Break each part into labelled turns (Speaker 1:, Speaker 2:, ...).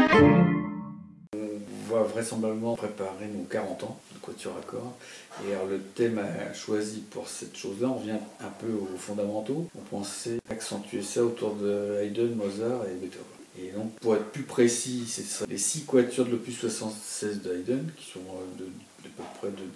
Speaker 1: On va vraisemblablement préparer nos 40 ans de quatuor à cordes. Et alors le thème choisi pour cette chose-là, on revient un peu aux fondamentaux. On pensait accentuer ça autour de Haydn, Mozart et Beethoven. Et donc pour être plus précis, ce seraient les 6 quatuors de l'opus 76 de Haydn, qui sont de peu près de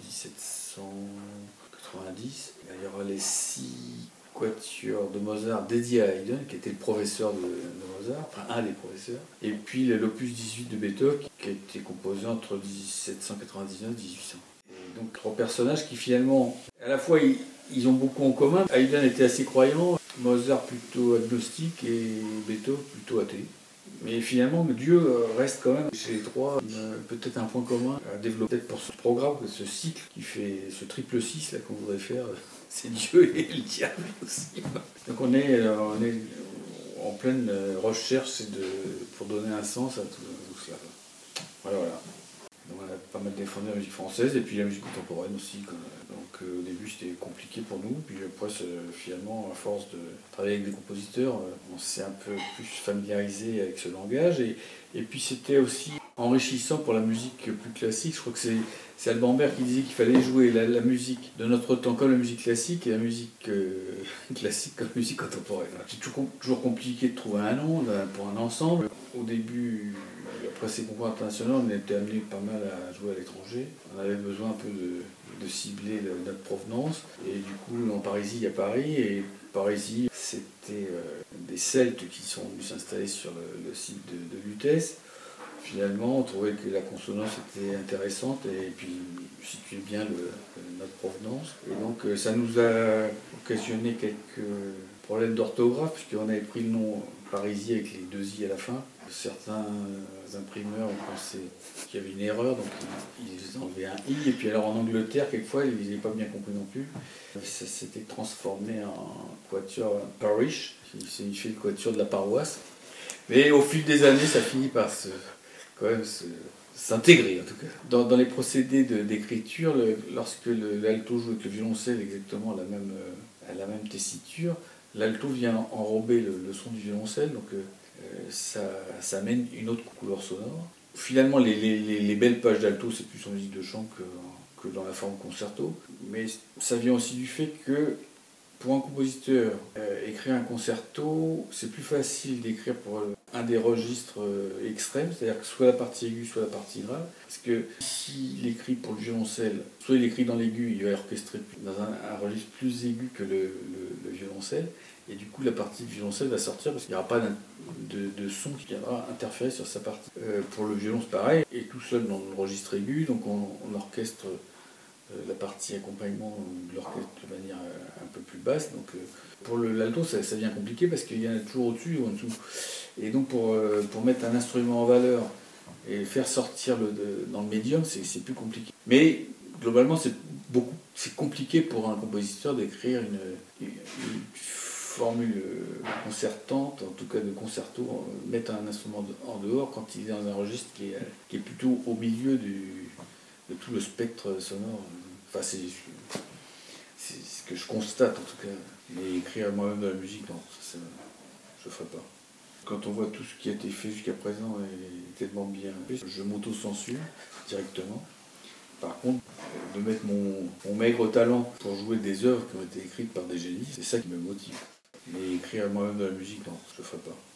Speaker 1: 1790. Il y aura les 6 quatuors de Mozart dédiés à Haydn, qui était le professeur de Mozart, enfin un des professeurs. Et puis l'opus 18 de Beethoven, qui a été composé entre 1799 et 1800. Et donc 3 personnages qui finalement, à la fois ils ont beaucoup en commun. Haydn était assez croyant, Mozart plutôt agnostique et Beethoven plutôt athée. Mais finalement, Dieu reste quand même chez les 3 peut-être un point commun à développer pour ce programme, ce cycle qui fait ce triple 6 là qu'on voudrait faire. C'est Dieu et le diable aussi. Donc on est en pleine recherche pour donner un sens à tout cela. Voilà. Donc on a pas mal défendu la musique française et puis la musique contemporaine aussi. Donc au début c'était compliqué pour nous, puis après finalement à force de travailler avec des compositeurs, on s'est un peu plus familiarisé avec ce langage et puis c'était aussi enrichissant pour la musique plus classique. Je crois que c'est Alban Berg qui disait qu'il fallait jouer la musique de notre temps comme la musique classique et la musique classique comme la musique contemporaine. C'est toujours compliqué de trouver un nom pour un ensemble. Au début, après ces concours internationaux, on était amené pas mal à jouer à l'étranger. On avait besoin un peu de cibler notre provenance. Et du coup, en Parisie, il y a Paris. Et Parisie, c'était des Celtes qui sont venus s'installer sur le site de Lutèce. Finalement, on trouvait que la consonance était intéressante et puis situait bien notre provenance. Et donc, ça nous a occasionné quelques problèmes d'orthographe, puisqu'on avait pris le nom Parisie avec les 2 i à la fin. Certains imprimeurs ont pensé qu'il y avait une erreur, donc ils enlevaient un i. Et puis alors en Angleterre, quelquefois, ils n'avaient pas bien compris non plus. Ça s'était transformé en quatuor parish, qui signifie le quatuor de la paroisse. Mais au fil des années, ça finit par s'intégrer en tout cas. Dans les procédés d'écriture, lorsque l'alto joue avec le violoncelle exactement à la même tessiture, l'alto vient enrober le son du violoncelle, donc ça amène une autre couleur sonore. Finalement, les belles pages d'alto, c'est plus en musique de chant que dans la forme concerto, mais ça vient aussi du fait que pour un compositeur, écrire un concerto, c'est plus facile d'écrire pour un des registres extrêmes, c'est-à-dire que soit la partie aiguë, soit la partie grave. Parce que s'il écrit pour le violoncelle, soit il écrit dans l'aigu, il va orchestrer dans un registre plus aigu que le violoncelle, et du coup la partie du violoncelle va sortir parce qu'il n'y aura pas de son qui viendra interférer sur sa partie. Pour le violon, c'est pareil, et tout seul dans le registre aigu, donc on orchestre la partie accompagnement de l'orchestre de manière un peu plus basse. Donc pour l'alto, ça devient compliqué parce qu'il y en a toujours au-dessus ou en dessous. Et donc pour mettre un instrument en valeur et faire sortir dans le médium, c'est plus compliqué. Mais globalement, c'est compliqué pour un compositeur d'écrire une formule concertante, en tout cas de concerto, mettre un instrument en dehors quand il est dans un registre qui est plutôt au milieu de tout le spectre sonore. Enfin, c'est ce que je constate en tout cas. Mais écrire moi-même de la musique, non, ça je ne ferai pas. Quand on voit tout ce qui a été fait jusqu'à présent est tellement bien fait, je m'auto-censure directement. Par contre, de mettre mon maigre talent pour jouer des œuvres qui ont été écrites par des génies, c'est ça qui me motive. Mais écrire moi-même de la musique, non, je ne ferai pas.